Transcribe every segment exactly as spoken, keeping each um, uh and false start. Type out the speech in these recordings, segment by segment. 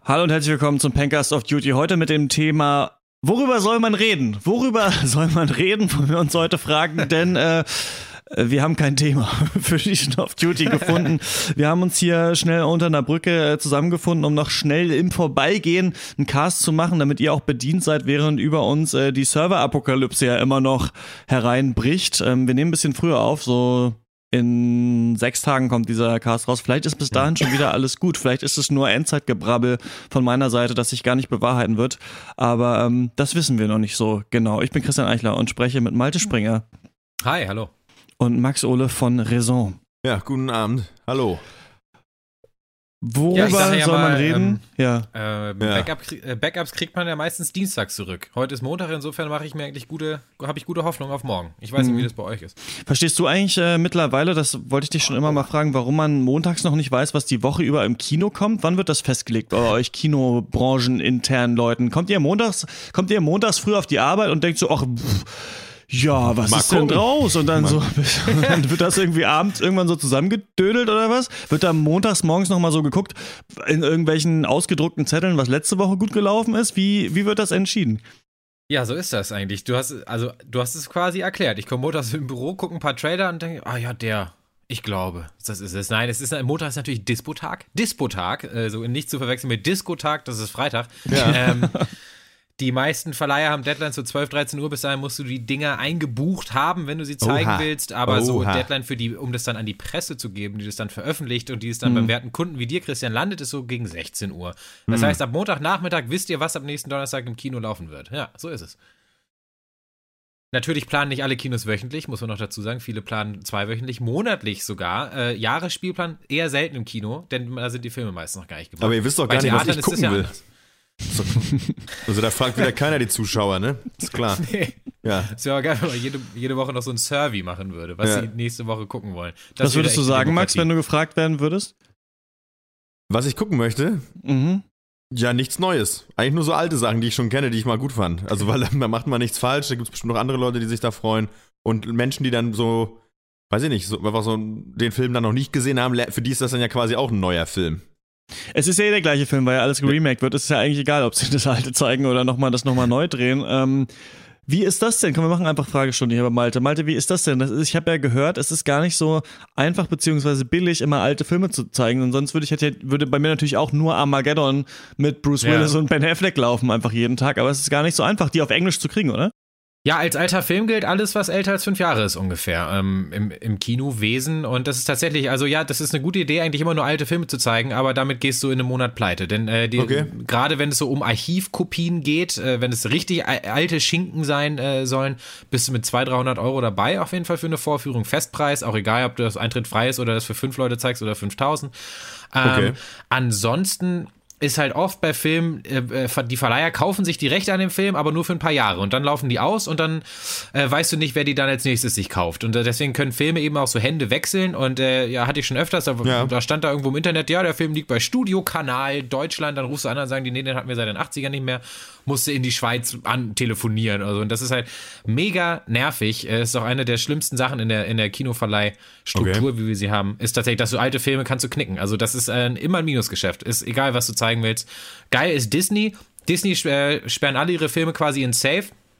Hallo und herzlich willkommen zum Pencast of Duty. Heute mit dem Thema, worüber soll man reden? Worüber soll man reden, wollen wir uns heute fragen, denn äh, wir haben kein Thema für Legion of Duty gefunden. Wir haben uns hier schnell unter einer Brücke zusammengefunden, um noch schnell im Vorbeigehen einen Cast zu machen, damit ihr auch bedient seid, während über uns äh, die Server-Apokalypse ja immer noch hereinbricht. Ähm, wir nehmen ein bisschen früher auf, so in sechs Tagen kommt dieser Cast raus. Vielleicht ist bis dahin schon wieder alles gut. Vielleicht ist es nur Endzeitgebrabbel von meiner Seite, das sich gar nicht bewahrheiten wird. Aber ähm, das wissen wir noch nicht so genau. Ich bin Christian Eichler und spreche mit Malte Springer. Hi, hallo. Und Max Ohle von Raison. Ja, guten Abend. Hallo. Worüber ja, ja soll mal, man reden? Ähm, ja. Äh, Backup, äh, Backups kriegt man ja meistens dienstags zurück. Heute ist Montag, insofern mache ich mir eigentlich gute, habe ich gute Hoffnung auf morgen. Ich weiß nicht, mhm. wie das bei euch ist. Verstehst du eigentlich äh, mittlerweile, das wollte ich dich schon immer mal fragen, warum man montags noch nicht weiß, was die Woche über im Kino kommt? Wann wird das festgelegt bei euch Kinobrancheninternen Leuten? Kommt ihr montags, kommt ihr montags früh auf die Arbeit und denkt so, ach, pff, ja, was mal ist denn gucken. draus? Und dann Mal. so, dann wird das irgendwie abends irgendwann so zusammengedödelt oder was? Wird da montags morgens nochmal so geguckt, in irgendwelchen ausgedruckten Zetteln, was letzte Woche gut gelaufen ist? Wie, wie wird das entschieden? Ja, so ist das eigentlich. Du hast, also, du hast es quasi erklärt. Ich komme montags im Büro, gucke ein paar Trailer und denke, ah ja, der, ich glaube, das ist es. Nein, es ist, Montag ist natürlich Dispotag. Dispotag, äh, so nicht zu verwechseln mit Diskotag, das ist Freitag. Ja. Ähm, Die meisten Verleiher haben Deadlines so zwölf, dreizehn Uhr, bis dahin musst du die Dinger eingebucht haben, wenn du sie zeigen Oha. willst, aber so Oha. Deadline für die, um das dann an die Presse zu geben, die das dann veröffentlicht und die es dann Mhm. beim werten Kunden wie dir, Christian, landet, ist so gegen sechzehn Uhr. Das heißt, ab Montagnachmittag wisst ihr, was ab nächsten Donnerstag im Kino laufen wird. Ja, so ist es. Natürlich planen nicht alle Kinos wöchentlich, muss man noch dazu sagen. Viele planen zweiwöchentlich, monatlich sogar. Äh, Jahresspielplan eher selten im Kino, denn da sind die Filme meistens noch gar nicht gebucht. Aber ihr wisst doch Bei gar nicht, was Theatern ich ist das gucken ja will. anders. So. Also da fragt wieder keiner die Zuschauer, ne? Ist klar. Nee. Ja. Es wäre geil, wenn man jede, jede Woche noch so ein Survey machen würde, was Ja. sie nächste Woche gucken wollen. Das Was würdest wäre du echt sagen, Max, Demokratie. wenn du gefragt werden würdest? Was ich gucken möchte? Mhm. Ja, nichts Neues. Eigentlich nur so alte Sachen, die ich schon kenne, die ich mal gut fand. Also weil da macht man nichts falsch, da gibt es bestimmt noch andere Leute, die sich da freuen. Und Menschen, die dann so, weiß ich nicht, so, einfach so den Film dann noch nicht gesehen haben, für die ist das dann ja quasi auch ein neuer Film. Es ist ja eh der gleiche Film, weil ja alles geremaked wird. Es ist ja eigentlich egal, ob sie das alte zeigen oder nochmal das nochmal neu drehen. Ähm, wie ist das denn? Komm, wir machen einfach Fragestunde hier bei Malte. Malte, wie ist das denn? Das ist, ich habe ja gehört, es ist gar nicht so einfach beziehungsweise billig, immer alte Filme zu zeigen. Und sonst würde ich hätte, würde bei mir natürlich auch nur Armageddon mit Bruce Ja. Willis und Ben Affleck laufen, einfach jeden Tag. Aber es ist gar nicht so einfach, die auf Englisch zu kriegen, oder? Ja, als alter Film gilt alles, was älter als fünf Jahre ist ungefähr ähm, im, im Kinowesen. Und das ist tatsächlich, also ja, das ist eine gute Idee, eigentlich immer nur alte Filme zu zeigen, aber damit gehst du in einem Monat pleite. Denn äh, die, Okay. gerade wenn es so um Archivkopien geht, äh, wenn es richtig a- alte Schinken sein äh, sollen, bist du mit zweihundert, dreihundert Euro dabei auf jeden Fall für eine Vorführung. Festpreis, auch egal, ob du das Eintritt frei ist oder das für fünf Leute zeigst oder fünftausend. Ähm, Okay. Ansonsten ist halt oft bei Filmen, äh, die Verleiher kaufen sich die Rechte an dem Film, aber nur für ein paar Jahre und dann laufen die aus und dann äh, weißt du nicht, wer die dann als nächstes sich kauft und äh, deswegen können Filme eben auch so Hände wechseln und äh, ja, hatte ich schon öfters, da, Ja. da stand da irgendwo im Internet, ja, der Film liegt bei Studiokanal Deutschland, dann rufst du an und sagen die, nee, den hatten wir seit den achtzigern nicht mehr, musste in die Schweiz an telefonieren also, und das ist halt mega nervig, äh, ist auch eine der schlimmsten Sachen in der, in der Kinoverleihstruktur, Okay. wie wir sie haben, ist tatsächlich, dass du alte Filme kannst du knicken, also das ist äh, immer ein Minusgeschäft, ist egal, was du zeigen willst. Geil ist Disney. Disney äh, sperren alle ihre Filme quasi in Safe,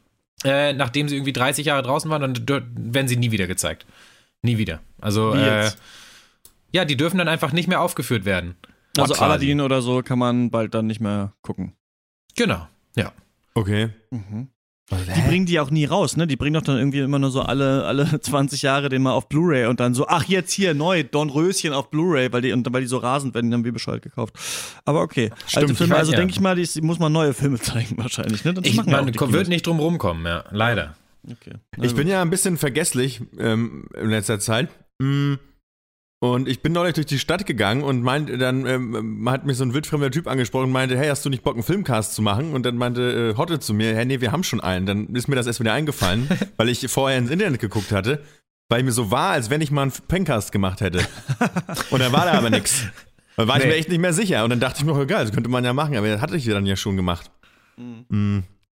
äh, nachdem sie irgendwie dreißig Jahre draußen waren und dort werden sie nie wieder gezeigt. Nie wieder. Also, Wie äh, jetzt? ja, die dürfen dann einfach nicht mehr aufgeführt werden. Also Quasi. Aladdin oder so kann man bald dann nicht mehr gucken. Genau, ja. Okay. Mhm. Die bringen die auch nie raus, ne? Die bringen doch dann irgendwie immer nur so alle, alle zwanzig Jahre den mal auf Blu-ray und dann so, ach, jetzt hier neu, Dornröschen auf Blu-ray, weil die, und weil die so rasend werden, die haben wir Bescheid gekauft. Aber okay. Stimmt, Alte Filme, ich weiß, also ja. denke ich mal, die, die muss man neue Filme zeigen wahrscheinlich, ne? Das Ich, machen ja man auch die wird Kinos. nicht drum rumkommen, ja, leider. Okay. Ich bin ja ein bisschen vergesslich ähm, in letzter Zeit. Mm. Und ich bin neulich durch die Stadt gegangen und meinte, dann ähm, hat mich so ein wildfremder Typ angesprochen und meinte, hey, hast du nicht Bock, einen Filmcast zu machen? Und dann meinte äh, Hotte zu mir, hey, nee, wir haben schon einen. Dann ist mir das erst wieder eingefallen, weil ich vorher ins Internet geguckt hatte, weil ich mir so war, als wenn ich mal einen Pencast gemacht hätte. Und dann war da aber nichts. Da war ich Nee. mir echt nicht mehr sicher. Und dann dachte ich mir, oh, geil, das könnte man ja machen. Aber das hatte ich dann ja schon gemacht. Mhm.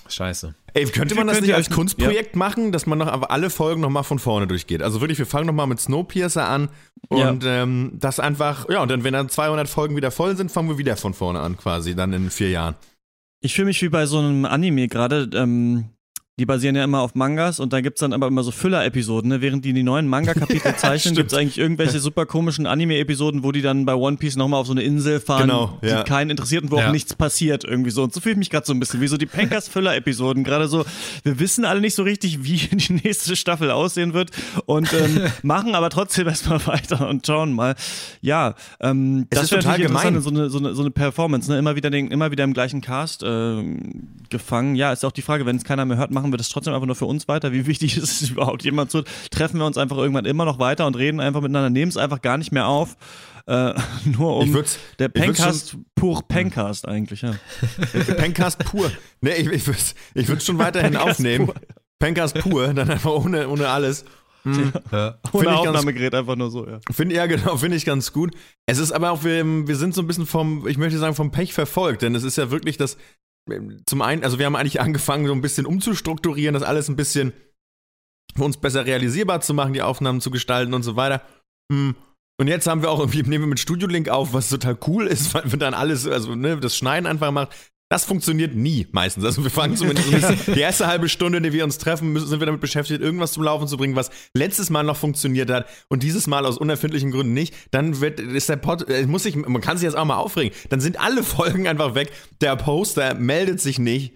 Scheiße. Ey, könnte man das könnt nicht ihr als euch- Kunstprojekt machen, dass man noch aber alle Folgen nochmal von vorne durchgeht? Also wirklich, wir fangen nochmal mit Snowpiercer an und ähm, das einfach, ja, und dann, wenn dann zweihundert Folgen wieder voll sind, fangen wir wieder von vorne an quasi, dann in vier Jahren. Ich fühle mich wie bei so einem Anime gerade, ähm, die basieren ja immer auf Mangas und da gibt's dann aber immer so Füller-Episoden, ne? Während die die neuen Manga-Kapitel zeichnen, stimmt. gibt's eigentlich irgendwelche super komischen Anime-Episoden, wo die dann bei One Piece nochmal auf so eine Insel fahren, Genau, ja. die keinen interessiert und wo Ja. auch nichts passiert irgendwie so. Und so fühle ich mich gerade so ein bisschen, wie so die Pankers-Füller-Episoden, gerade so, wir wissen alle nicht so richtig, wie die nächste Staffel aussehen wird und ähm, machen aber trotzdem erstmal weiter und schauen mal. Ja, ähm, Es das ist wäre total natürlich interessant, gemein. so eine, so eine, so eine Performance, ne? Immer wieder den, immer wieder im gleichen Cast äh, gefangen. Ja, ist auch die Frage, wenn es keiner mehr hört, machen wir das trotzdem einfach nur für uns weiter. Wie wichtig ist es überhaupt, jemand zu treffen wir uns einfach irgendwann immer noch weiter und reden einfach miteinander, nehmen es einfach gar nicht mehr auf. Äh, nur Ich um würd's, der ich würd's Pencast, pur Pencast eigentlich, ja. Pencast pur. Nee, ich, ich würde es ich würd's schon weiterhin Pencast aufnehmen. pur. Pencast pur, dann einfach ohne, ohne alles. Hm. Ja. Ohne Find ich ganz- Aufnahmegerät einfach nur so, ja. Finde ja genau, finde ich ganz gut. Es ist aber auch, wir, wir sind so ein bisschen vom, ich möchte sagen, vom Pech verfolgt, denn es ist ja wirklich das, zum einen, also wir haben eigentlich angefangen, so ein bisschen umzustrukturieren, das alles ein bisschen für uns besser realisierbar zu machen, die Aufnahmen zu gestalten und so weiter. Hm. Und jetzt haben wir auch irgendwie, nehmen wir mit Studio Link auf, was total cool ist, weil wir dann alles, also ne, das Schneiden einfach macht. Das funktioniert nie meistens. Also wir fangen zumindest die erste halbe Stunde, in der wir uns treffen, müssen, sind wir damit beschäftigt, irgendwas zum Laufen zu bringen, was letztes Mal noch funktioniert hat und dieses Mal aus unerfindlichen Gründen nicht. Dann wird, ist der Pod, äh, muss sich, man kann sich jetzt auch mal aufregen. Dann sind alle Folgen einfach weg. Der Poster meldet sich nicht.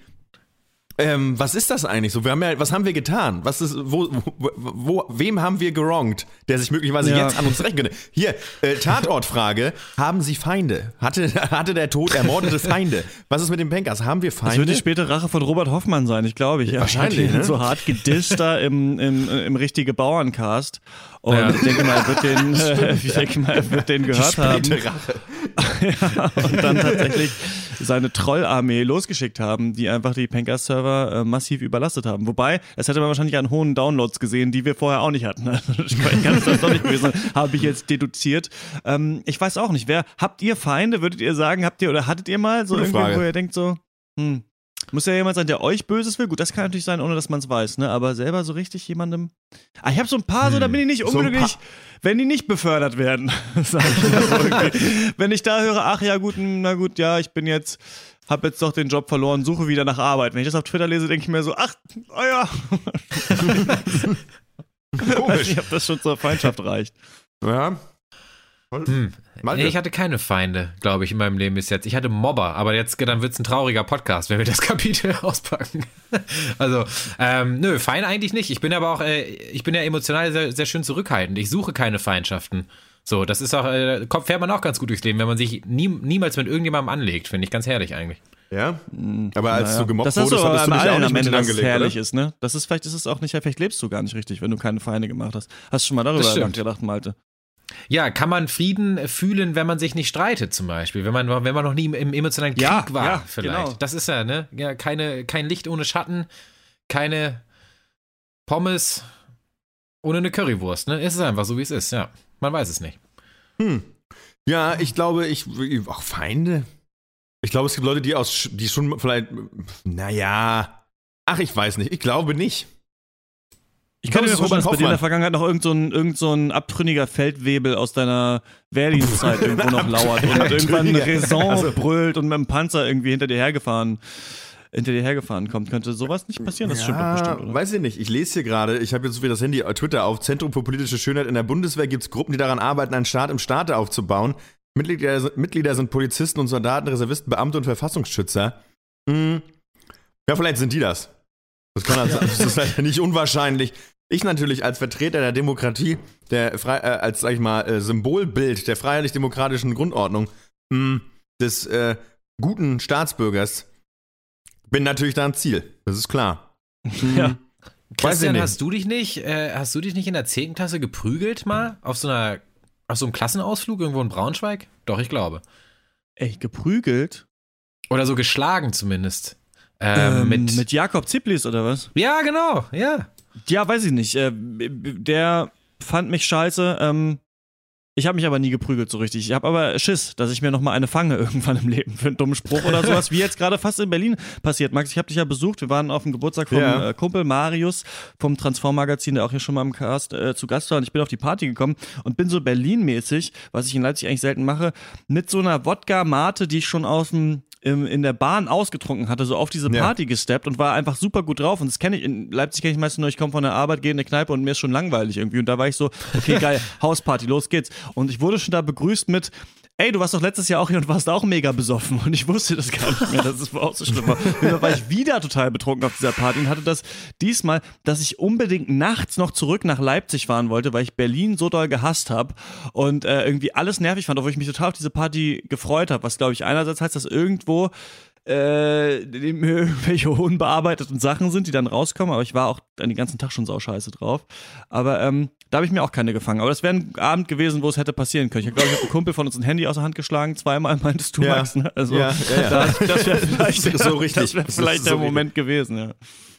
Ähm, was ist das eigentlich so? Wir haben ja, was haben wir getan? Was ist, wo, wo, wo wem haben wir gerongt, der sich möglicherweise Ja. jetzt an uns rächen könnte? Hier, äh, Tatortfrage. Haben Sie Feinde? Hatte, hatte der Tod ermordete Feinde? Was ist mit den Bankers? Haben wir Das Feinde? wird die späte Rache von Robert Hoffmann sein, ich glaube. Ich Wahrscheinlich, habe ihn ne? so hart gedisst da im, im, im richtige Bauerncast. Und Ja. ich denke mal, er wird den, äh, ich denke mal, er wird den gehört haben. Späte Rache. Ja, und dann tatsächlich seine Trollarmee losgeschickt haben, die einfach die Pencast-Server äh, massiv überlastet haben. Wobei, das hätte man wahrscheinlich an hohen Downloads gesehen, die wir vorher auch nicht hatten. Also, ich kann das doch nicht gewesen sein, habe ich jetzt deduziert. Ähm, ich weiß auch nicht, wer, habt ihr Feinde, würdet ihr sagen, habt ihr oder hattet ihr mal so Gute irgendwie, Frage. wo ihr denkt so, hm, muss ja jemand sein, der euch Böses will? Gut, das kann natürlich sein, ohne dass man es weiß, ne? Aber selber so richtig jemandem. Ah, ich habe so ein paar, so da bin ich nicht So ein unglücklich, wenn die nicht befördert werden. Sag ich mal so irgendwie. Wenn ich da höre, ach ja, gut, na gut, ja, ich bin jetzt, hab jetzt doch den Job verloren, suche wieder nach Arbeit. Wenn ich das auf Twitter lese, denke ich mir so, ach, oh ja. Weiß Komisch. nicht, ob das schon zur Feindschaft reicht. Ja. Hm. Malte. Nee, ich hatte keine Feinde, glaube ich, in meinem Leben bis jetzt. Ich hatte Mobber, aber jetzt dann wird's ein trauriger Podcast, wenn wir das Kapitel auspacken. Also, ähm, nö, Feinde eigentlich nicht. Ich bin aber auch, äh, ich bin ja emotional sehr, sehr schön zurückhaltend. Ich suche keine Feindschaften. So, das ist auch, äh, Kopf fährt man auch ganz gut durchs Leben, wenn man sich nie, niemals mit irgendjemandem anlegt. Finde ich ganz herrlich eigentlich. Ja? Aber als Naja. du gemobbt das hast wurdest, du hattest du aber dich ja auch allen nicht am mit Ende, denen dass es angelegt, herrlich oder? ist, ne? Das ist, vielleicht ist es auch nicht, vielleicht lebst du gar nicht richtig, wenn du keine Feinde gemacht hast. Hast du schon mal darüber Das stimmt. nachgedacht, Malte? Ja, kann man Frieden fühlen, wenn man sich nicht streitet, zum Beispiel. Wenn man, wenn man noch nie im emotionalen Krieg Ja, war, ja, vielleicht. genau. Das ist ja, ne? Ja, keine, kein Licht ohne Schatten, keine Pommes ohne eine Currywurst, ne? Es ist einfach so, wie es ist, ja. Man weiß es nicht. Hm. Ja, ich glaube, ich. Auch Feinde? Ich glaube, es gibt Leute, die aus. Die schon vielleicht. Naja. Ach, ich weiß nicht. Ich glaube nicht. Ich kann glaube, mir es ist vorstellen, dass Robert bei dir in der Hoffmann. Vergangenheit noch irgend so ein, irgend so ein abtrünniger Feldwebel aus deiner Wehrdienstzeit irgendwo noch lauert und irgendwann eine Raison Also- brüllt und mit dem Panzer irgendwie hinter dir hergefahren, hinter dir hergefahren kommt. Könnte sowas nicht passieren? Das stimmt doch bestimmt, oder? Weiß ich nicht. Ich lese hier gerade, ich habe jetzt so wie das Handy, äh, Twitter auf, Zentrum für politische Schönheit in der Bundeswehr gibt es Gruppen, die daran arbeiten, einen Staat im Staate aufzubauen. Mitglieder, Mitglieder sind Polizisten und Soldaten, Reservisten, Beamte und Verfassungsschützer. Hm. Ja, vielleicht sind die das. Das kann also, das ist halt nicht unwahrscheinlich. Ich natürlich als Vertreter der Demokratie, der frei, äh, als, sag ich mal, äh, Symbolbild der freiheitlich-demokratischen Grundordnung, mh, des äh, guten Staatsbürgers, bin natürlich da ein Ziel. Das ist klar. Ja. Christian, nicht. hast du dich nicht, äh, hast du dich nicht in der zehnten Klasse geprügelt mal? Auf so einer, auf so einem Klassenausflug irgendwo in Braunschweig? Doch, ich glaube. Ey, geprügelt? Oder so geschlagen zumindest. Ähm, Ähm, mit, mit Jakob Ziplis oder was? ja, genau, ja. Ja, weiß ich nicht. Äh, der fand mich scheiße. Ähm, Ich habe mich aber nie geprügelt so richtig. Ich habe aber Schiss, dass ich mir noch mal eine fange irgendwann im Leben für einen dummen Spruch oder sowas, wie jetzt gerade fast in Berlin passiert. Max, ich habe dich ja besucht. Wir waren auf dem Geburtstag vom Ja. äh, Kumpel Marius vom Transform-Magazin, der auch hier schon mal im Cast äh, zu Gast war. Und ich bin auf die Party gekommen und bin so Berlin-mäßig, was ich in Leipzig eigentlich selten mache, mit so einer Wodka-Mate, die ich schon aus dem im, in der Bahn ausgetrunken hatte, so auf diese Party ja. gesteppt und war einfach super gut drauf. Und das kenne ich, in Leipzig kenne ich meistens nur, ich komme von der Arbeit, gehe in eine Kneipe und mir ist schon langweilig irgendwie. Und da war ich so, okay, geil, Hausparty, los geht's. Und ich wurde schon da begrüßt mit, ey, du warst doch letztes Jahr auch hier und warst auch mega besoffen. Und ich wusste das gar nicht mehr, dass es auch so schlimm war. Und dann war ich wieder total betrunken auf dieser Party und hatte das diesmal, dass ich unbedingt nachts noch zurück nach Leipzig fahren wollte, weil ich Berlin so doll gehasst habe und äh, irgendwie alles nervig fand, obwohl ich mich total auf diese Party gefreut habe. Was, glaube ich, einerseits heißt, dass irgendwo äh, irgendwelche unbearbeiteten Sachen sind, die dann rauskommen, aber ich war auch den ganzen Tag schon sauscheiße drauf. Aber ähm, da habe ich mir auch keine gefangen. Aber das wäre ein Abend gewesen, wo es hätte passieren können. Ich glaube, ich habe einen Kumpel von uns ein Handy aus der Hand geschlagen, zweimal meintest du, ja. Max. Ne? Also, ja, ja, ja. Das, das wäre vielleicht, so richtig. Das wär vielleicht das der so Moment richtig. gewesen, ja.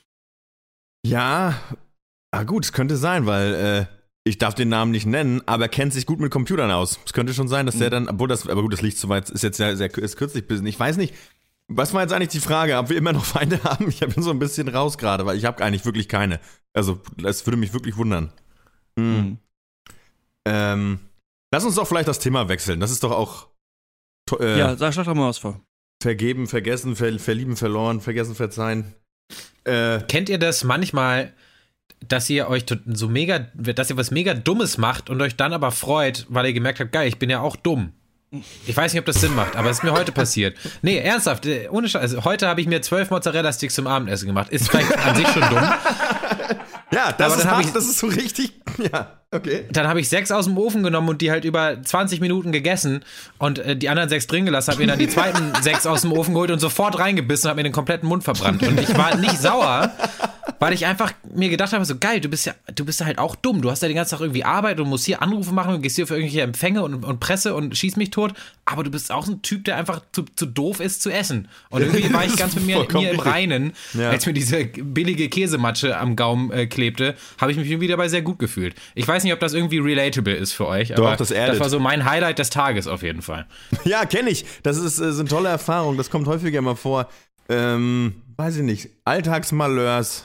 Ja, ah gut, es könnte sein, weil äh, ich darf den Namen nicht nennen, aber er kennt sich gut mit Computern aus. Es könnte schon sein, dass der dann, obwohl das, aber gut, das liegt zu weit, ist jetzt sehr, sehr ist kürzlich gewesen. Ich weiß nicht, was war jetzt eigentlich die Frage, ob wir immer noch Feinde haben? Ich bin so ein bisschen raus gerade, weil ich habe eigentlich wirklich keine. Also, das würde mich wirklich wundern. Mhm. Mhm. Ähm, lass uns doch vielleicht das Thema wechseln. Das ist doch auch äh, ja, sag, sag doch mal was vor. Vergeben, vergessen, ver, verlieben, verloren, vergessen, verzeihen. Äh, Kennt ihr das manchmal, dass ihr euch so mega, dass ihr was mega Dummes macht und euch dann aber freut, weil ihr gemerkt habt, geil, ich bin ja auch dumm. Ich weiß nicht, ob das Sinn macht, aber es ist mir heute passiert. Nee, ernsthaft, ohne Scheiß. Also heute habe ich mir zwölf Mozzarella-Sticks zum Abendessen gemacht. Ist vielleicht an sich schon dumm. Ja, das, ist, hart, ich, das ist so richtig. Ja, okay. Dann habe ich sechs aus dem Ofen genommen und die halt über zwanzig Minuten gegessen und äh, die anderen sechs drin gelassen, habe mir dann die zweiten sechs aus dem Ofen geholt und sofort reingebissen und habe mir den kompletten Mund verbrannt. Und ich war nicht sauer, weil ich einfach mir gedacht habe, so geil, du bist ja, du bist ja halt auch dumm. Du hast ja den ganzen Tag irgendwie Arbeit und musst hier Anrufe machen und gehst hier für irgendwelche Empfänge und, und Presse und schießt mich tot. Aber du bist auch so ein Typ, der einfach zu, zu doof ist zu essen. Und irgendwie war ich ganz mit mir, mir im Reinen, ja. Als mir diese billige Käsematsche am Gaumen äh, klebte, habe ich mich irgendwie dabei sehr gut gefühlt. Ich weiß nicht, ob das irgendwie relatable ist für euch, aber Doch, das, das war so mein Highlight des Tages auf jeden Fall. Ja, kenne ich. Das ist, ist eine tolle Erfahrung. Das kommt häufiger mal vor. Ähm, weiß ich nicht. Alltagsmalheurs.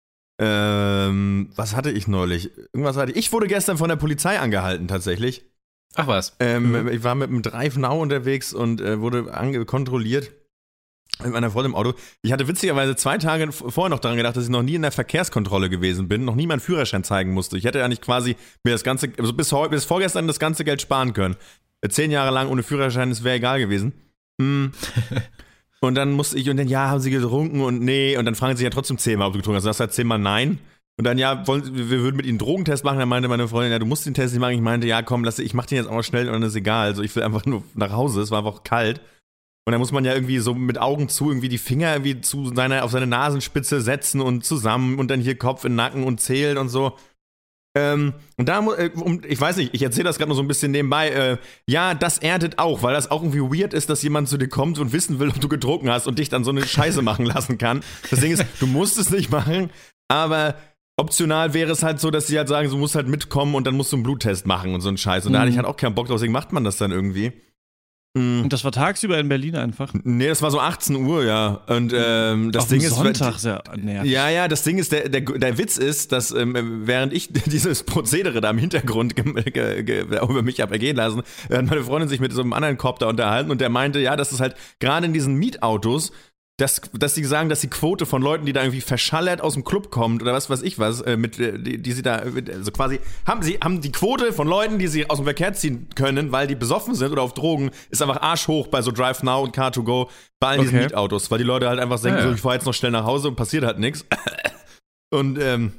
Ähm, was hatte ich neulich? Irgendwas hatte ich. Ich wurde gestern von der Polizei angehalten, tatsächlich. Ach was. Ähm, mhm. Ich war mit einem Drive Now unterwegs und äh, wurde ange- kontrolliert mit meiner Freundin im Auto. Ich hatte witzigerweise zwei Tage vorher noch daran gedacht, dass ich noch nie in der Verkehrskontrolle gewesen bin, noch nie meinen Führerschein zeigen musste. Ich hätte ja nicht quasi mir das ganze, also bis, heu- bis vorgestern das ganze Geld sparen können. Zehn Jahre lang ohne Führerschein, das wäre egal gewesen. Hm. Und dann musste ich, und dann, ja, haben sie getrunken und nee, und dann fragen sie ja trotzdem zehnmal, ob du getrunken hast. Du sagst halt zehnmal nein. Und dann, ja, wollen, wir würden mit ihnen einen Drogentest machen. Dann meinte meine Freundin, ja, du musst den Test nicht machen. Ich meinte, ja, komm, lass, ich mach den jetzt auch mal schnell und dann ist egal. Also ich will einfach nur nach Hause, es war einfach kalt. Und dann muss man ja irgendwie so mit Augen zu irgendwie die Finger irgendwie zu seiner, auf seine Nasenspitze setzen und zusammen und dann hier Kopf in den Nacken und zählen und so. Ähm, und da, äh, um, ich weiß nicht, ich erzähle das gerade nur so ein bisschen nebenbei, äh, ja, das erdet auch, weil das auch irgendwie weird ist, dass jemand zu dir kommt und wissen will, ob du getrunken hast und dich dann so eine Scheiße machen lassen kann. Das Ding ist, du musst es nicht machen, aber optional wäre es halt so, dass sie halt sagen, du musst halt mitkommen und dann musst du einen Bluttest machen und so einen Scheiß. Und mhm. da hatte ich halt auch keinen Bock drauf, deswegen macht man das dann irgendwie. Und das war tagsüber in Berlin einfach? Nee, das war so achtzehn Uhr, ja. Und ähm, das Auf Ding ist Sonntag sehr nervig. Ja, ja, das Ding ist, der, der, der Witz ist, dass ähm, während ich dieses Prozedere da im Hintergrund ge- ge- ge- über mich habe ergehen lassen, hat meine Freundin sich mit so einem anderen Cop da unterhalten und der meinte, ja, dass es halt gerade in diesen Mietautos, dass, dass sie sagen, dass die Quote von Leuten, die da irgendwie verschallert aus dem Club kommt oder was weiß ich was, äh, mit, die, die sie da, also quasi, haben sie, haben die Quote von Leuten, die sie aus dem Verkehr ziehen können, weil die besoffen sind oder auf Drogen, ist einfach arschhoch bei so Drive Now und Car to Go, bei all diesen okay. Mietautos, weil die Leute halt einfach denken, ja, ja. so, ich fahr jetzt noch schnell nach Hause und passiert halt nichts. Und, ähm,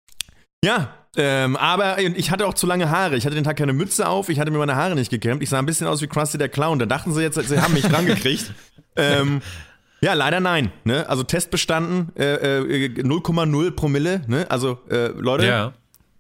ja, ähm, aber ich hatte auch zu lange Haare. Ich hatte den Tag keine Mütze auf, ich hatte mir meine Haare nicht gekämmt. Ich sah ein bisschen aus wie Krusty der Clown. Da dachten sie jetzt, sie haben mich dran gekriegt. ähm, Ja, leider nein. Ne? Also Test bestanden, äh, äh, null Komma null Promille. Ne? Also äh, Leute, ja.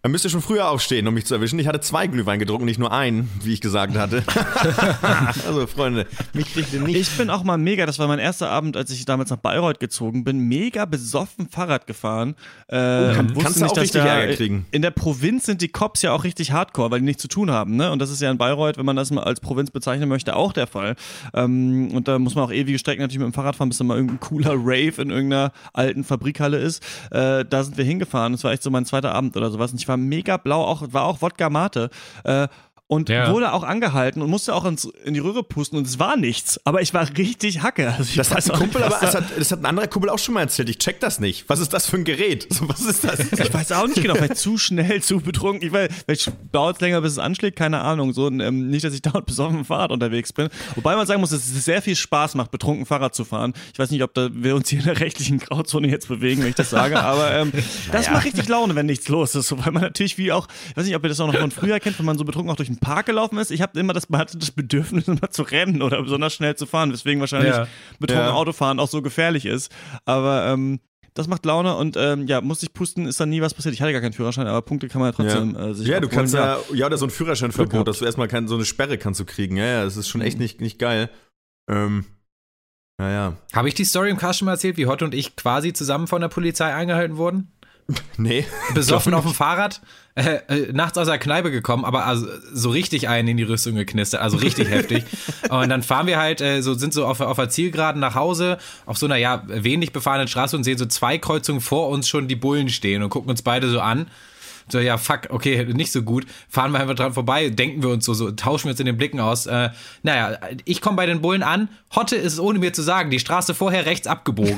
Dann müsst ihr schon früher aufstehen, um mich zu erwischen. Ich hatte zwei Glühwein getrunken, nicht nur einen, wie ich gesagt hatte. Also, Freunde, mich kriegt ihr nicht. Ich bin auch mal mega, das war mein erster Abend, als ich damals nach Bayreuth gezogen bin, mega besoffen Fahrrad gefahren. Äh, oh, kann, und kannst du auch richtig da, Ärger kriegen. In der Provinz sind die Cops ja auch richtig hardcore, weil die nichts zu tun haben, ne? Und das ist ja in Bayreuth, wenn man das mal als Provinz bezeichnen möchte, auch der Fall. Ähm, und da muss man auch ewige Strecken natürlich mit dem Fahrrad fahren, bis dann mal irgendein cooler Rave in irgendeiner alten Fabrikhalle ist. Äh, da sind wir hingefahren. Das war echt so mein zweiter Abend oder sowas. Und ich war mega blau, auch, war auch Wodka Mate. Äh, Und ja. wurde auch angehalten und musste auch ins, in die Röhre pusten und es war nichts. Aber ich war richtig Hacke. Also ich das, weiß hat ein Kumpel, nicht, aber, das, hat, das hat ein anderer Kumpel auch schon mal erzählt. Ich check das nicht. Was ist das für ein Gerät? So, was ist das? Ich weiß auch nicht genau. Vielleicht zu schnell, zu betrunken. Ich weiß, vielleicht dauert es länger, bis es anschlägt. Keine Ahnung. So, ähm, nicht, dass ich dauernd besoffen mit dem Fahrrad unterwegs bin. Wobei man sagen muss, dass es sehr viel Spaß macht, betrunken Fahrrad zu fahren. Ich weiß nicht, ob da wir uns hier in der rechtlichen Grauzone jetzt bewegen, wenn ich das sage. Aber ähm, das naja. macht richtig Laune, wenn nichts los ist. So, weil man natürlich wie auch, ich weiß nicht, ob ihr das auch noch von früher kennt, wenn man so betrunken auch durch den Park gelaufen ist. Ich habe immer das, man hatte das Bedürfnis, immer zu rennen oder besonders schnell zu fahren, weswegen wahrscheinlich ja. betrunken ja. Autofahren auch so gefährlich ist. Aber ähm, das macht Laune und ähm, ja, musste ich pusten, ist dann nie was passiert. Ich hatte gar keinen Führerschein, aber Punkte kann man ja trotzdem ja. äh, sich Ja, du abholen. kannst ja, ja, oder so ein Führerscheinverbot, dass du erstmal kein, so eine Sperre kannst du kriegen. Ja, ja, das ist schon echt nicht, nicht geil. Ähm, naja. Habe ich die Story im Cast schon mal erzählt, wie Hotte und ich quasi zusammen von der Polizei eingehalten wurden? Nee. Besoffen auf dem Fahrrad, äh, äh, nachts aus der Kneipe gekommen, aber also so richtig einen in die Rüstung geknistert, also richtig heftig. Und dann fahren wir halt, äh, so sind so auf, auf der Zielgeraden nach Hause, auf so einer, ja, wenig befahrenen Straße und sehen so zwei Kreuzungen vor uns schon die Bullen stehen und gucken uns beide so an. So, ja, fuck, okay, nicht so gut. Fahren wir einfach dran vorbei, denken wir uns so, so tauschen wir uns in den Blicken aus. Äh, naja, ich komme bei den Bullen an, Hotte ist, ohne mir zu sagen, die Straße vorher rechts abgebogen.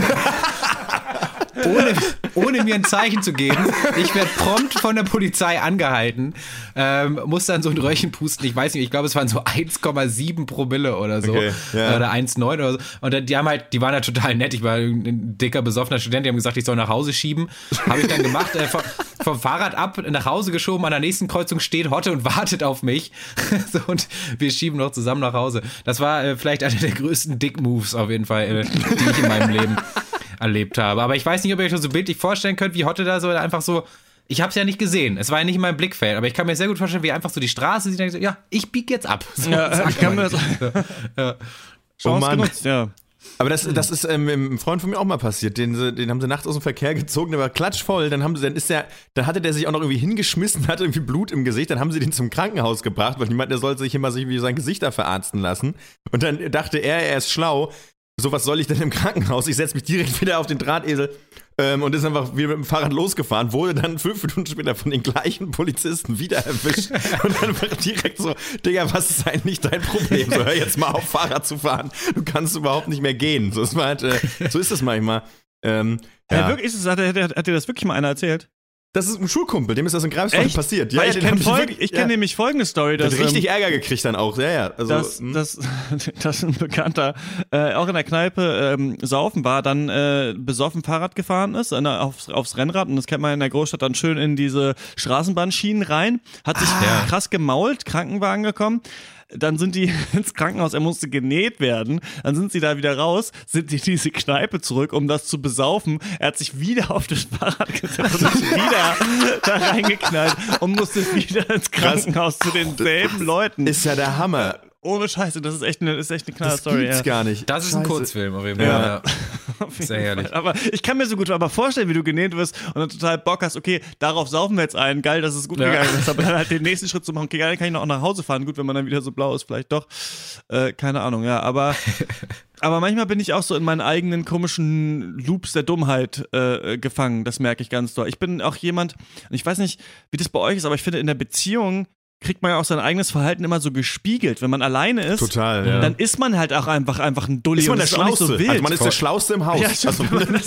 Ohne, ohne mir ein Zeichen zu geben. Ich werde prompt von der Polizei angehalten, ähm, muss dann so ein Röhrchen pusten, ich weiß nicht, ich glaube es waren so eins Komma sieben Promille oder so, okay, ja. oder eins Komma neun oder so. Und dann, die haben halt, die waren halt total nett, ich war ein dicker, besoffener Student, die haben gesagt, ich soll nach Hause schieben. Habe ich dann gemacht, äh, vom, vom Fahrrad ab, nach Hause geschoben, an der nächsten Kreuzung steht Hotte und wartet auf mich. So, und wir schieben noch zusammen nach Hause. Das war äh, vielleicht einer der größten Dick-Moves auf jeden Fall, äh, die ich in meinem Leben erlebt habe. Aber ich weiß nicht, ob ihr euch das so bildlich vorstellen könnt, wie Hotte da so einfach so, ich habe es ja nicht gesehen, es war ja nicht in meinem Blickfeld, aber ich kann mir sehr gut vorstellen, wie er einfach so die Straße sieht und denkt so, ja, ich biege jetzt ab. So, ja, ich kann mir das ja. Chance oh genutzt, ja. Aber das, das ist ähm, einem Freund von mir auch mal passiert. Den, den haben sie nachts aus dem Verkehr gezogen, der war klatschvoll. Dann haben sie, dann ist der, dann hatte der sich auch noch irgendwie hingeschmissen, hatte irgendwie Blut im Gesicht. Dann haben sie den zum Krankenhaus gebracht, weil die meinten, der soll sich immer sich wie sein Gesicht da verarzten lassen. Und dann dachte er, er ist schlau. So, was soll ich denn im Krankenhaus? Ich setze mich direkt wieder auf den Drahtesel ähm, und ist einfach wieder mit dem Fahrrad losgefahren, wurde dann fünf Minuten später von den gleichen Polizisten wieder erwischt und dann war direkt so, Digga, was ist eigentlich dein Problem? So, hör jetzt mal auf, Fahrrad zu fahren. Du kannst überhaupt nicht mehr gehen. So ist, halt, äh, so ist das manchmal. Ähm, ja. Ja, wirklich, ist es, hat, hat, hat dir das wirklich mal einer erzählt? Das ist ein Schulkumpel, dem ist das in Greifswald passiert. Ja, ich kenne folg- kenn ja. nämlich folgende Story. Der dass, hat richtig ähm, Ärger gekriegt dann auch, ja, ja. Also, dass, dass, dass ein Bekannter äh, auch in der Kneipe ähm, saufen war, dann äh, besoffen Fahrrad gefahren ist, äh, aufs, aufs Rennrad, und das kennt man in der Großstadt, dann schön in diese Straßenbahnschienen rein, hat sich ah. krass gemault, Krankenwagen gekommen. Dann sind die ins Krankenhaus, er musste genäht werden. Dann sind sie da wieder raus, sind die in diese Kneipe zurück, um das zu besaufen. Er hat sich wieder auf das Fahrrad gesetzt und sich wieder da reingeknallt und musste wieder ins Krankenhaus zu denselben Leuten. Ist ja der Hammer. Ohne Scheiße, das ist echt eine, ist echt eine knalle Story. Das gibt's ja. gar nicht. Das ist Scheiße. ein Kurzfilm auf jeden Fall. Ja. Ja. Sehr herrlich. Fall. Aber ich kann mir so gut aber vorstellen, wie du genäht wirst und dann total Bock hast, okay, darauf saufen wir jetzt ein, geil, dass es gut ja. gegangen ist, aber dann halt den nächsten Schritt zu machen, okay, geil, dann kann ich noch nach Hause fahren, gut, wenn man dann wieder so blau ist, vielleicht doch, äh, keine Ahnung, ja, aber aber manchmal bin ich auch so in meinen eigenen komischen Loops der Dummheit äh, gefangen, das merke ich ganz doll. Ich bin auch jemand, ich weiß nicht, wie das bei euch ist, aber ich finde, in der Beziehung kriegt man ja auch sein eigenes Verhalten immer so gespiegelt. Wenn man alleine ist, Total, ja. dann ist man halt auch einfach, einfach ein Dulli. Ist man der und Schlauste. So wild. Also man ist der Schlauste im Haus. Ja, also, das, ist,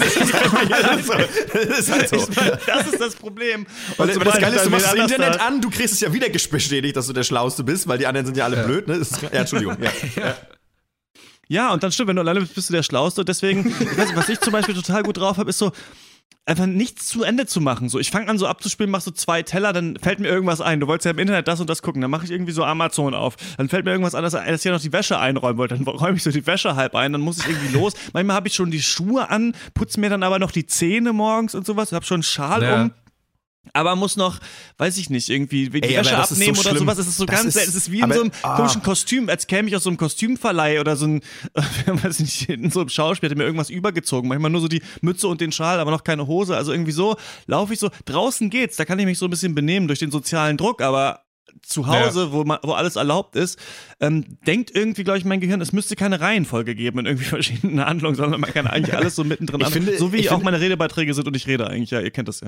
das ist halt so. Ich mein, das ist das Problem. Und das, das Geile ist, du machst das Internet an, du kriegst es ja wieder bestätigt, dass du der Schlauste bist, weil die anderen sind ja alle ja. blöd. Ne? Ist, ja, Entschuldigung. Ja. Ja. ja, und dann stimmt, wenn du alleine bist, bist du der Schlauste. Und deswegen, ich weiß nicht, was ich zum Beispiel total gut drauf habe, ist so, einfach nichts zu Ende zu machen. So, ich fange an so abzuspielen, mach so zwei Teller, dann fällt mir irgendwas ein. Du wolltest ja im Internet das und das gucken, dann mache ich irgendwie so Amazon auf. Dann fällt mir irgendwas an, dass ich ja noch die Wäsche einräumen wollte. Dann räume ich so die Wäsche halb ein, dann muss ich irgendwie los. Manchmal habe ich schon die Schuhe an, putze mir dann aber noch die Zähne morgens und sowas, hab schon einen Schal ja. um. aber muss noch, weiß ich nicht, irgendwie die Ey, Wäsche aber das ist so abnehmen oder schlimm. sowas. Es ist so Das ganz, ist- es ist wie in aber- so einem ah. komischen Kostüm, als käme ich aus so einem Kostümverleih oder so ein, weiß ich nicht, in so einem Schauspiel, hätte mir irgendwas übergezogen. Manchmal nur so die Mütze und den Schal, aber noch keine Hose. Also irgendwie so laufe ich so. Draußen geht's, da kann ich mich so ein bisschen benehmen durch den sozialen Druck, aber zu Hause, Ja. wo, man, wo alles erlaubt ist, ähm, denkt irgendwie, glaube ich, mein Gehirn, es müsste keine Reihenfolge geben in irgendwie verschiedenen Handlungen, sondern man kann eigentlich alles so mittendrin Ich an. finde- so wie ich auch finde- meine Redebeiträge sind und ich rede eigentlich, ja, ihr kennt das ja.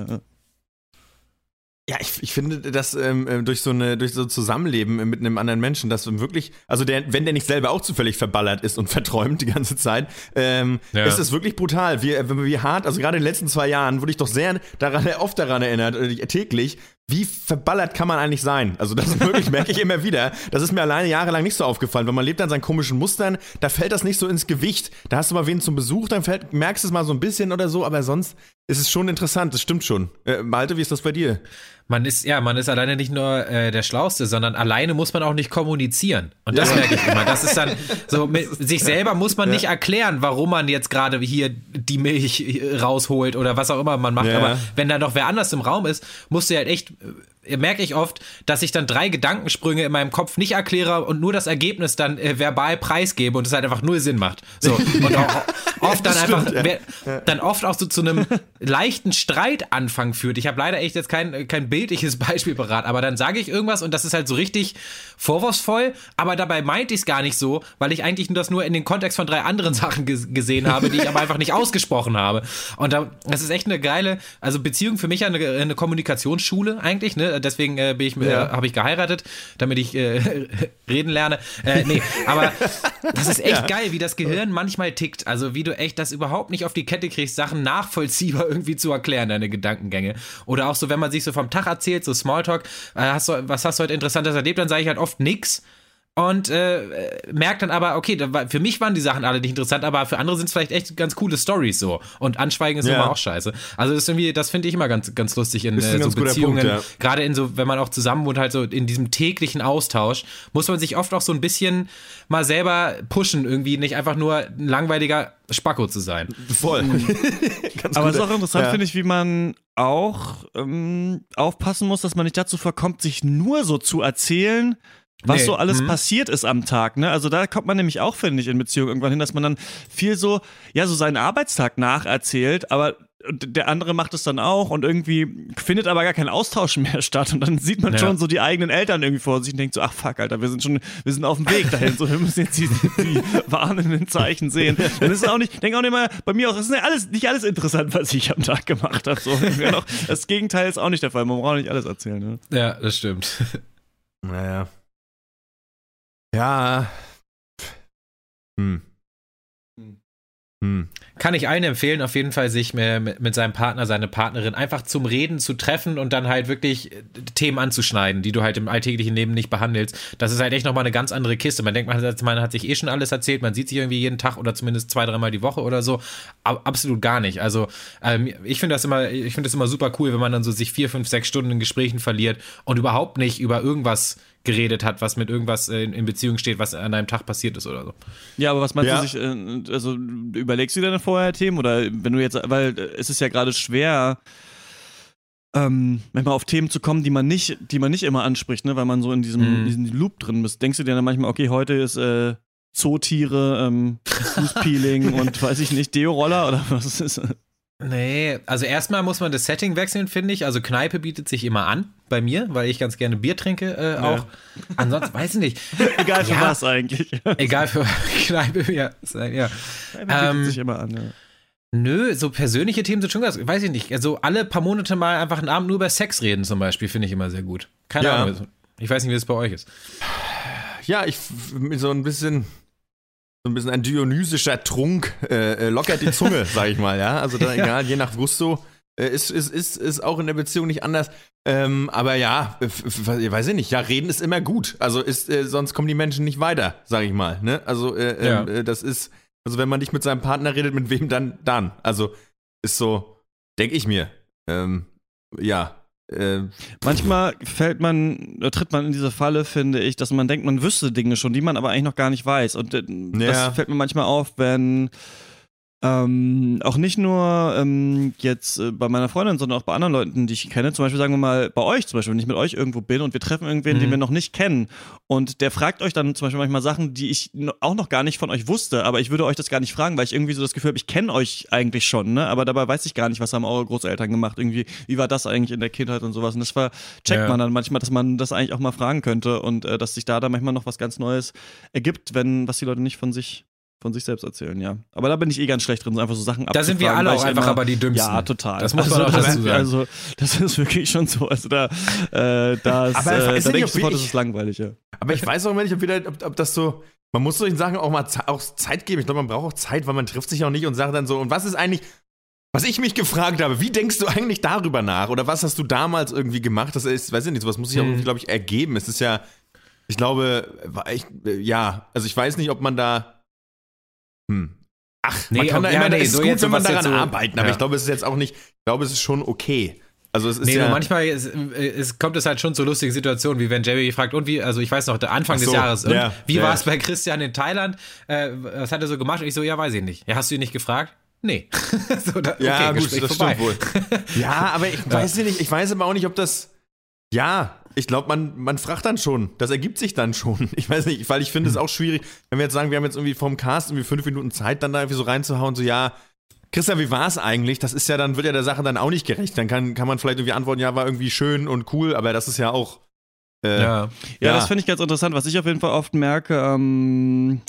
Ja, ich, ich finde, dass ähm, äh, durch so eine, durch so Zusammenleben mit einem anderen Menschen, dass wirklich, also der, wenn der nicht selber auch zufällig verballert ist und verträumt die ganze Zeit, ähm, Ja. ist es wirklich brutal. Wie, wie hart, also gerade in den letzten zwei Jahren wurde ich doch sehr daran, oft daran erinnert, äh, täglich, wie verballert kann man eigentlich sein? Also das ist wirklich, merke ich immer wieder. Das ist mir alleine jahrelang nicht so aufgefallen, weil man lebt an seinen komischen Mustern, da fällt das nicht so ins Gewicht. Da hast du mal wen zum Besuch, dann fällt, merkst du es mal so ein bisschen oder so, aber sonst ist es schon interessant, das stimmt schon. Äh, Malte, wie ist das bei dir? Man ist, ja, man ist alleine nicht nur äh, der Schlauste, sondern alleine muss man auch nicht kommunizieren. Und das merke ich immer. Das ist dann so, mit sich selber muss man nicht erklären, warum man jetzt gerade hier die Milch äh, rausholt oder was auch immer man macht. Ja. Aber wenn da noch wer anders im Raum ist, musst du halt echt, äh, merke ich oft, dass ich dann drei Gedankensprünge in meinem Kopf nicht erkläre und nur das Ergebnis dann äh, verbal preisgebe und es halt einfach null Sinn macht. So. Und auch oft dann einfach, stimmt, ja. wer, dann oft auch so zu einem leichten Streitanfang führt. Ich habe leider echt jetzt kein, kein bildliches Beispiel parat, aber dann sage ich irgendwas und das ist halt so richtig vorwurfsvoll, aber dabei meinte ich es gar nicht so, weil ich eigentlich nur das nur in den Kontext von drei anderen Sachen ges- gesehen habe, die ich aber einfach nicht ausgesprochen habe. Und da, das ist echt eine geile, also Beziehung für mich ja eine, eine Kommunikationsschule eigentlich, ne? Deswegen äh, bin ich, äh, Ja. habe ich geheiratet, damit ich äh, reden lerne. Äh, nee, aber das ist echt geil, wie das Gehirn manchmal tickt. Also wie du echt das überhaupt nicht auf die Kette kriegst, Sachen nachvollziehbar irgendwie zu erklären, deine Gedankengänge. Oder auch so, wenn man sich so vom Tag erzählt, so Smalltalk, äh, hast du, was hast du heute Interessantes erlebt, dann sage ich halt oft nix. Und äh, merkt dann aber, okay, da war, für mich waren die Sachen alle nicht interessant, aber für andere sind es vielleicht echt ganz coole Storys so. Und Anschweigen ist Ja. immer auch scheiße. Also das ist irgendwie, das finde ich immer ganz, ganz lustig in Ist ein äh, so ganz guter Beziehungen. Punkt, ja. Gerade in so, wenn man auch zusammen wohnt, halt so in diesem täglichen Austausch, muss man sich oft auch so ein bisschen mal selber pushen, irgendwie nicht einfach nur ein langweiliger Spacko zu sein. Voll. Ganz Aber gut. es ist auch interessant, Ja. finde ich, wie man auch ähm, aufpassen muss, dass man nicht dazu verkommt, sich nur so zu erzählen, was Nee. so alles Mhm. passiert ist am Tag, ne? Also da kommt man nämlich auch, finde ich, in Beziehungen irgendwann hin, dass man dann viel so, ja, so seinen Arbeitstag nacherzählt, aber der andere macht es dann auch und irgendwie findet aber gar kein Austausch mehr statt und dann sieht man Ja. schon so die eigenen Eltern irgendwie vor sich und denkt so, ach fuck, Alter, wir sind schon, wir sind auf dem Weg dahin, so, wir müssen jetzt die, die warnenden Zeichen sehen. Dann ist es auch nicht, denke auch nicht mal, bei mir auch, das ist ja alles, nicht alles interessant, was ich am Tag gemacht habe, so. Auch, das Gegenteil ist auch nicht der Fall, man braucht nicht alles erzählen, ne? Ja, das stimmt. Naja. Ja. Hm. Hm. Kann ich allen empfehlen, auf jeden Fall sich mit, mit seinem Partner, seine Partnerin einfach zum Reden zu treffen und dann halt wirklich Themen anzuschneiden, die du halt im alltäglichen Leben nicht behandelst. Das ist halt echt nochmal eine ganz andere Kiste. Man denkt, man hat, man hat sich eh schon alles erzählt, man sieht sich irgendwie jeden Tag oder zumindest zwei, dreimal die Woche oder so. Aber absolut gar nicht. Also ähm, ich finde das immer, ich finde das immer super cool, wenn man dann so sich vier, fünf, sechs Stunden in Gesprächen verliert und überhaupt nicht über irgendwas geredet hat, was mit irgendwas in, in Beziehung steht, was an einem Tag passiert ist oder so. Ja, aber was meinst Ja. du sich, äh, also überlegst du dir dann vorher Themen oder wenn du jetzt, weil äh, es ist ja gerade schwer, ähm, manchmal auf Themen zu kommen, die man nicht, die man nicht immer anspricht, ne, weil man so in diesem, Mhm. diesem Loop drin ist. Denkst du dir dann manchmal, okay, heute ist äh, Zootiere, ähm, Fußpeeling und weiß ich nicht, Deo-Roller oder was ist es? Nee, also erstmal muss man das Setting wechseln, finde ich. Also Kneipe bietet sich immer an bei mir, weil ich ganz gerne Bier trinke äh, auch. Ansonsten weiß ich nicht. Egal für Ja. was eigentlich. Egal für Kneipe, ja. ja. Bietet Ähm, sich immer an, ja. Nö, so persönliche Themen sind schon ganz, weiß ich nicht. Also alle paar Monate mal einfach einen Abend nur über Sex reden zum Beispiel, finde ich immer sehr gut. Keine Ja. Ahnung. Ich weiß nicht, wie es bei euch ist. Ja, ich f- so ein bisschen. So ein bisschen ein dionysischer Trunk äh, äh, lockert die Zunge, sag ich mal, ja. Also da, egal, je nach Gusto. Äh, ist, ist, ist, ist auch in der Beziehung nicht anders. Ähm, aber ja, f- f- weiß ich nicht. Ja, reden ist immer gut. Also ist, äh, sonst kommen die Menschen nicht weiter, sag ich mal. Ne? Also äh, Ja. ähm, äh, das ist, also wenn man nicht mit seinem Partner redet, mit wem dann? Dann. Also ist so, denke ich mir. Ähm, ja. Äh, Manchmal fällt man, oder tritt man in diese Falle, finde ich, dass man denkt, man wüsste Dinge schon, die man aber eigentlich noch gar nicht weiß. Und äh, Ja. das fällt mir manchmal auf, wenn Ähm, auch nicht nur ähm, jetzt äh, bei meiner Freundin, sondern auch bei anderen Leuten, die ich kenne. Zum Beispiel sagen wir mal bei euch, zum Beispiel, wenn ich mit euch irgendwo bin und wir treffen irgendwen, Mhm. den wir noch nicht kennen und der fragt euch dann zum Beispiel manchmal Sachen, die ich no- auch noch gar nicht von euch wusste, aber ich würde euch das gar nicht fragen, weil ich irgendwie so das Gefühl habe, ich kenne euch eigentlich schon, ne? Aber dabei weiß ich gar nicht, was haben eure Großeltern gemacht, irgendwie, wie war das eigentlich in der Kindheit und sowas. Und das war, checkt Ja. man dann manchmal, dass man das eigentlich auch mal fragen könnte und äh, dass sich da dann manchmal noch was ganz Neues ergibt, wenn, was die Leute nicht von sich von sich selbst erzählen, ja. Aber da bin ich eh ganz schlecht drin, so einfach so Sachen Da sind wir abzufragen, alle weil auch ich einfach immer, aber die Dümmsten. Ja, total. Das muss man also, auch das dazu ist- sagen. Also, das ist wirklich schon so. Also da, äh, da, ist, Aber äh, ich weiß da nicht, denke ich ob sofort, ich- das ist langweilig, ja. Aber ich weiß auch immer nicht, ob, wieder, ob, ob das so. Man muss solchen Sachen auch mal Ze- auch Zeit geben. Ich glaube, man braucht auch Zeit, weil man trifft sich auch nicht und sagt dann so, und was ist eigentlich. Was ich mich gefragt habe, wie denkst du eigentlich darüber nach? Oder was hast du damals irgendwie gemacht? Das ist, weiß ich nicht, sowas muss sich auch Mhm. irgendwie, glaube ich, ergeben. Es ist ja, ich glaube, war ich, ja, also ich weiß nicht, ob man da. Hm. Ach, man Nee, kann da ob- ja, immer, nee, es ist so gut, jetzt, wenn man was daran jetzt so- arbeiten, aber ja. ich glaube, es ist jetzt auch nicht, ich glaube, es ist schon okay. Also es ist Nee, ja. nur manchmal ist, äh, es kommt es halt schon zu lustigen Situationen, wie wenn Jerry fragt, und wie, also ich weiß noch, der Anfang Ach des so, Jahres, und ja, wie ja. war es bei Christian in Thailand? Äh, was hat er so gemacht? Und ich so, ja, weiß ich nicht. Ja, hast du ihn nicht gefragt? Nee. so, da, Ja, okay, gut, Gespräch das vorbei. stimmt wohl. Ja, aber ich weiß ja nicht, ich weiß aber auch nicht, ob das. Ja, ich glaube, man, man fragt dann schon. Das ergibt sich dann schon. Ich weiß nicht, weil ich finde es auch schwierig, wenn wir jetzt sagen, wir haben jetzt irgendwie vom Cast irgendwie fünf Minuten Zeit, dann da irgendwie so reinzuhauen, so, ja, Christian, wie war es eigentlich? Das ist ja dann, wird ja der Sache dann auch nicht gerecht. Dann kann, kann man vielleicht irgendwie antworten, ja, war irgendwie schön und cool, aber das ist ja auch. Äh, Ja. Ja, Ja. das finde ich ganz interessant. Was ich auf jeden Fall oft merke, ähm,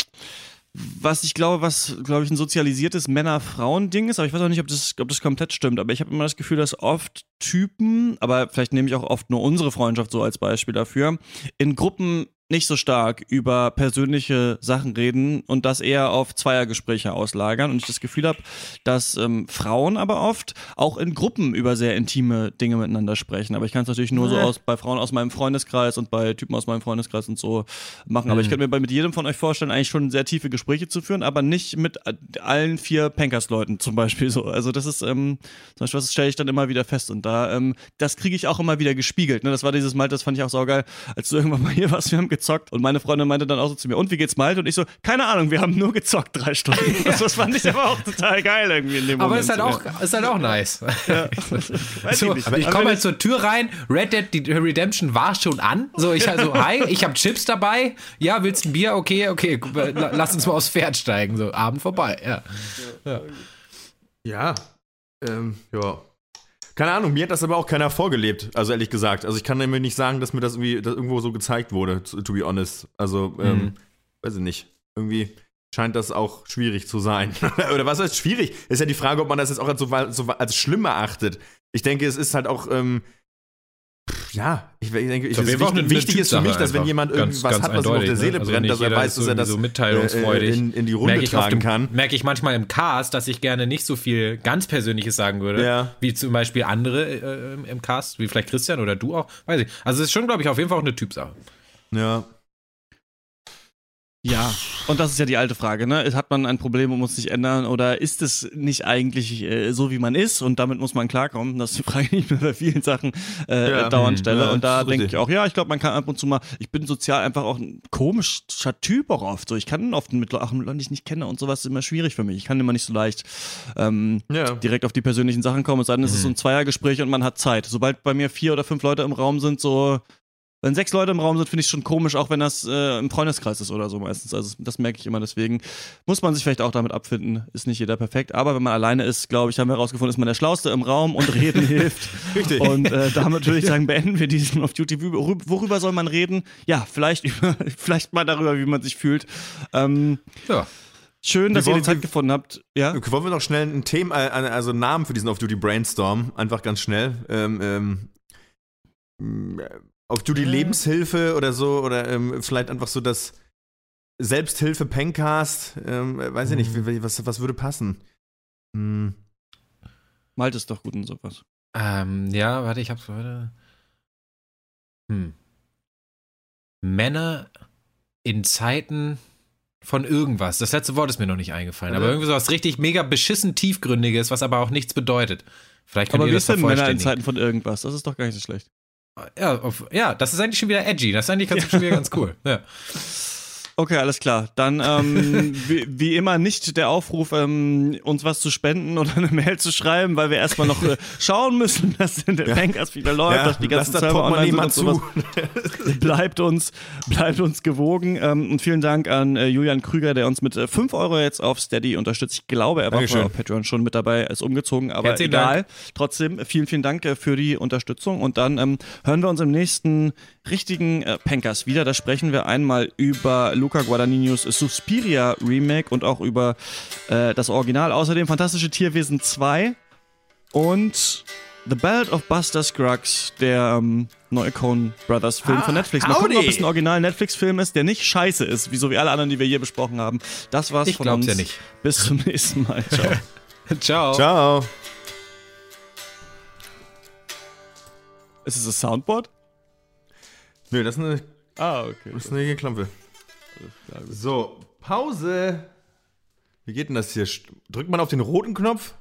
was ich glaube, was, glaube ich, ein sozialisiertes Männer-Frauen-Ding ist, aber ich weiß auch nicht, ob das, ob das komplett stimmt, aber ich habe immer das Gefühl, dass oft Typen, aber vielleicht nehme ich auch oft nur unsere Freundschaft so als Beispiel dafür, in Gruppen nicht so stark über persönliche Sachen reden und das eher auf Zweiergespräche auslagern und ich das Gefühl habe, dass ähm, Frauen aber oft auch in Gruppen über sehr intime Dinge miteinander sprechen, aber ich kann es natürlich nur so aus bei Frauen aus meinem Freundeskreis und bei Typen aus meinem Freundeskreis und so machen, aber ich könnte mir bei mit jedem von euch vorstellen, eigentlich schon sehr tiefe Gespräche zu führen, aber nicht mit allen vier Pankers-Leuten zum Beispiel so, also das ist ähm, zum Beispiel, das stelle ich dann immer wieder fest und da, ähm, das kriege ich auch immer wieder gespiegelt, ne? Das war dieses Mal, das fand ich auch saugeil, als du irgendwann mal hier warst, wir haben gezockt und meine Freundin meinte dann auch so zu mir, und wie geht's Malte? Und ich so, keine Ahnung, wir haben nur gezockt drei Stunden. Das, das fand ich aber auch total geil irgendwie in dem Aber Moment. ist halt auch, ist halt auch nice. Ja. Weiß So, ich nicht. ich Aber komme wenn halt zur Tür rein, Red Dead die Redemption war schon an. So, ich also, hi, ich habe Chips dabei. Ja, willst ein Bier? Okay, okay, lass uns mal aufs Pferd steigen. So, Abend vorbei, ja. ja. Ja. Ähm, ja. Keine Ahnung, mir hat das aber auch keiner vorgelebt, also ehrlich gesagt. Also ich kann mir nicht sagen, dass mir das irgendwie das irgendwo so gezeigt wurde, to, to be honest. Also, ähm, Mhm. weiß ich nicht. Irgendwie scheint das auch schwierig zu sein. Oder was heißt schwierig? Ist ja die Frage, ob man das jetzt auch als, so, so, als schlimm erachtet. Ich denke, es ist halt auch, ähm, pff, ja, ich, ich denke, ich, Auf es jeden Fall ist auch eine- wichtig, eine ist für mich, Typsache dass wenn einfach. jemand Ganz- irgendwas ganz hat, was ihm auf der eindeutig, Seele ne? Also brennt, nicht dass er jeder weiß, ist dass er das irgendwie so mitteilungsfreudig. äh, in, in die Runde Merke ich, auf tragen dem, kann. merke ich manchmal im Cast, dass ich gerne nicht so viel ganz Persönliches sagen würde, Ja. wie zum Beispiel andere äh, im- im Cast, wie vielleicht Christian oder du auch, weiß ich. Also es ist schon, glaube ich, auf jeden Fall auch eine Typsache. Ja. Ja, und das ist ja die alte Frage, ne? Hat man ein Problem und muss sich ändern oder ist es nicht eigentlich äh, so, wie man ist und damit muss man klarkommen? Das ist die Frage, die ich mir bei vielen Sachen äh, Ja, dauernd stelle ja, und da das ist denke richtig. ich auch, ja, ich glaube, man kann ab und zu mal, ich bin sozial einfach auch ein komischer Typ auch oft, so ich kann oft mit auch mit Leuten, die ich nicht kenne und sowas ist immer schwierig für mich, ich kann immer nicht so leicht ähm, Ja. direkt auf die persönlichen Sachen kommen, es sei denn, es ist so ein Zweiergespräch und man hat Zeit. Sobald bei mir vier oder fünf Leute im Raum sind, so wenn sechs Leute im Raum sind, finde ich es schon komisch, auch wenn das äh, im Freundeskreis ist oder so meistens. Also das merke ich immer. Deswegen muss man sich vielleicht auch damit abfinden. Ist nicht jeder perfekt. Aber wenn man alleine ist, glaube ich, haben wir herausgefunden, ist man der Schlauste im Raum und reden hilft. Richtig. Und äh, damit würde ich sagen, beenden wir diesen auf Duty. Worü- Worüber soll man reden? Ja, vielleicht über, vielleicht mal darüber, wie man sich fühlt. Ähm, Ja. schön, dass Wir ihr wollen- die Zeit gefunden habt. Ja. Okay, wollen wir noch schnell ein Thema, äh, also einen Namen für diesen Off-Duty Brainstorm? Einfach ganz schnell. Ähm, ähm, mh, Off-Duty Lebenshilfe oder so, oder ähm, vielleicht einfach so das Selbsthilfe Pencast. Ähm, weiß ich nicht, wie- was, was würde passen? Hm. Malte ist doch gut und sowas. Ähm, ja, warte, ich hab's heute. Hm. Männer in Zeiten von irgendwas. Das letzte Wort ist mir noch nicht eingefallen. Aber Ja. irgendwie so was richtig mega beschissen Tiefgründiges, was aber auch nichts bedeutet. Vielleicht könnt Aber ihr wie das ist denn Männer in vervollständigen. Zeiten von irgendwas? Das ist doch gar nicht so schlecht. Ja, auf, ja, das ist eigentlich schon wieder edgy. Das ist eigentlich ganz, schon wieder ganz cool. Ja. Okay, alles klar. Dann ähm, wie, wie immer nicht der Aufruf, ähm, uns was zu spenden oder eine Mail zu schreiben, weil wir erstmal noch äh, schauen müssen, dass in der Ja. Bankers wieder läuft, Ja, dass die ganzen lass das Server online Portemonnaie sind und mal sowas. Bleibt uns, bleibt uns gewogen. Ähm, und vielen Dank an äh, Julian Krüger, der uns mit äh, fünf Euro jetzt auf Steady unterstützt. Ich glaube, er war Dankeschön. vorher auf Patreon schon mit dabei, ist umgezogen, aber Herzlichen egal. Dank. Trotzdem, vielen, vielen Dank äh, für die Unterstützung. Und dann ähm, hören wir uns im nächsten richtigen äh, Pankers wieder. Da sprechen wir einmal über Luca Guadagnini's Suspiria Remake und auch über äh, das Original. Außerdem Fantastische Tierwesen zwei und The Ballad of Buster Scruggs, der ähm, neue Coen Brothers Film Ah, von Netflix. Mal gucken, howdy. ob es ein Original-Netflix-Film ist, der nicht scheiße ist, wie so wie alle anderen, die wir hier besprochen haben. Das war's Ich von glaub's uns. ja nicht. Bis zum nächsten Mal. Ciao. Ciao. Ciao. Ist es das Soundboard? Nö, das ist eine, Ah, okay. das ist eine Klampe. So, Pause. Wie geht denn das hier? Drückt man auf den roten Knopf?